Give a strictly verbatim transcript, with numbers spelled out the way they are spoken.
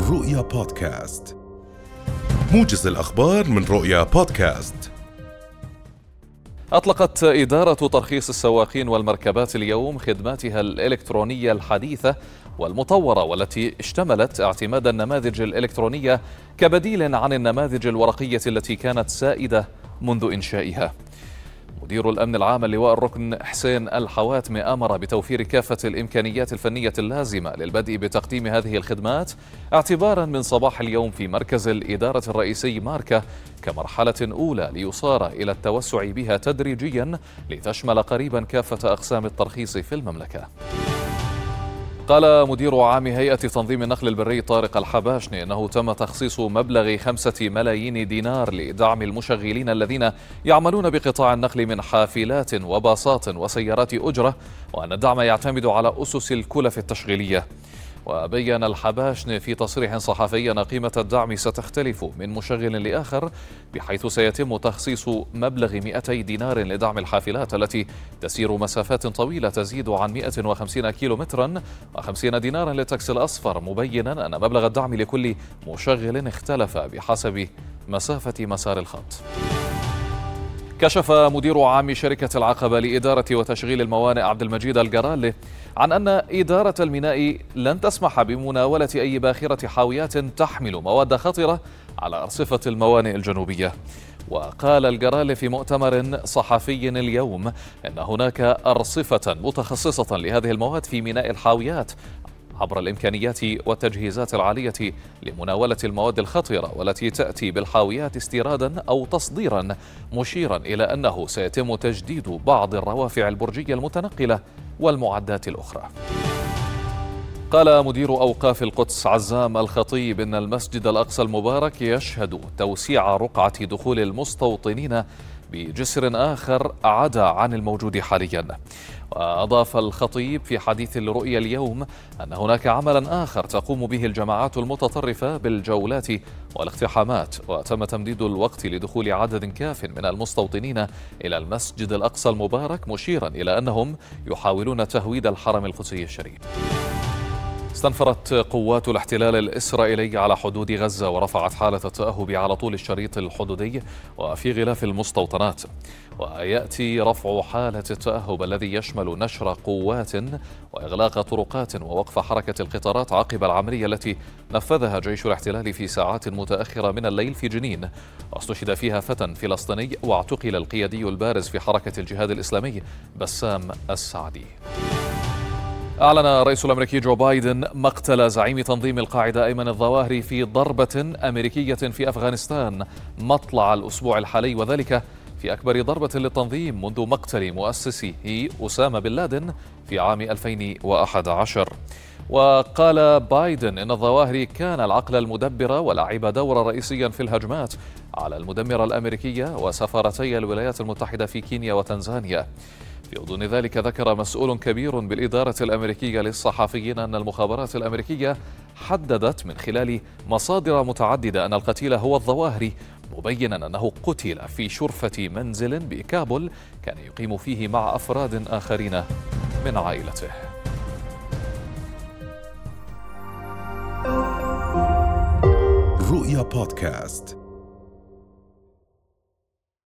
رؤيا بودكاست، موجز الأخبار من رؤيا بودكاست. أطلقت إدارة ترخيص السواقين والمركبات اليوم خدماتها الإلكترونية الحديثة والمطورة، والتي اشتملت اعتماد النماذج الإلكترونية كبديل عن النماذج الورقية التي كانت سائدة منذ إنشائها. مدير الأمن العام اللواء الركن حسين الحواتمي أمر بتوفير كافة الإمكانيات الفنية اللازمة للبدء بتقديم هذه الخدمات اعتبارا من صباح اليوم في مركز الإدارة الرئيسي ماركة كمرحلة أولى ليصار إلى التوسع بها تدريجيا لتشمل قريبا كافة أقسام الترخيص في المملكة. قال مدير عام هيئة تنظيم النقل البري طارق الحباشني أنه تم تخصيص مبلغ خمسة ملايين دينار لدعم المشغلين الذين يعملون بقطاع النقل من حافلات وباصات وسيارات أجرة، وأن الدعم يعتمد على أسس الكلف التشغيلية. وبين الحباشني في تصريح صحفي أن قيمة الدعم ستختلف من مشغل لآخر، بحيث سيتم تخصيص مبلغ مئتي دينار لدعم الحافلات التي تسير مسافات طويلة تزيد عن مئة وخمسين كيلومترا، وخمسين دينارا للتاكسي الأصفر، مبينا أن مبلغ الدعم لكل مشغل اختلف بحسب مسافة مسار الخط. كشف مدير عام شركة العقبة لإدارة وتشغيل الموانئ عبد المجيد الجرالي عن أن إدارة الميناء لن تسمح بمناولة أي باخرة حاويات تحمل مواد خطرة على أرصفة الموانئ الجنوبية. وقال الجرالي في مؤتمر صحفي اليوم أن هناك أرصفة متخصصة لهذه المواد في ميناء الحاويات عبر الإمكانيات والتجهيزات العالية لمناولة المواد الخطرة والتي تأتي بالحاويات استيرادا أو تصديرا، مشيرا إلى أنه سيتم تجديد بعض الروافع البرجية المتنقلة والمعدات الأخرى. قال مدير أوقاف القدس عزام الخطيب إن المسجد الأقصى المبارك يشهد توسيع رقعة دخول المستوطنين بجسر آخر عدا عن الموجود حاليا. وأضاف الخطيب في حديث لرؤيا اليوم أن هناك عملا آخر تقوم به الجماعات المتطرفة بالجولات والاقتحامات، وتم تمديد الوقت لدخول عدد كاف من المستوطنين إلى المسجد الأقصى المبارك، مشيرا إلى أنهم يحاولون تهويد الحرم القدسي الشريف. استنفرت قوات الاحتلال الإسرائيلي على حدود غزة ورفعت حالة التأهب على طول الشريط الحدودي وفي غلاف المستوطنات. ويأتي رفع حالة التأهب الذي يشمل نشر قوات وإغلاق طرقات ووقف حركة القطارات عقب العملية التي نفذها جيش الاحتلال في ساعات متأخرة من الليل في جنين، واستشهد فيها فتى فلسطيني واعتقل القيادي البارز في حركة الجهاد الإسلامي بسام السعدي. أعلن الرئيس الأمريكي جو بايدن مقتل زعيم تنظيم القاعدة أيمن الظواهري في ضربة أمريكية في أفغانستان مطلع الأسبوع الحالي، وذلك في أكبر ضربة للتنظيم منذ مقتل مؤسسه أسامة بن لادن في عام ألفين وأحد عشر. وقال بايدن إن الظواهري كان العقل المدبر ولعب دورا رئيسيا في الهجمات على المدمرة الأمريكية وسفارتي الولايات المتحدة في كينيا وتنزانيا. في ضمن ذلك ذكر مسؤول كبير بالإدارة الأمريكية للصحفيين أن المخابرات الأمريكية حددت من خلال مصادر متعددة أن القتيل هو الظواهري، مبينا أنه قتل في شرفة منزل بكابول كان يقيم فيه مع أفراد آخرين من عائلته. رؤيا بودكاست.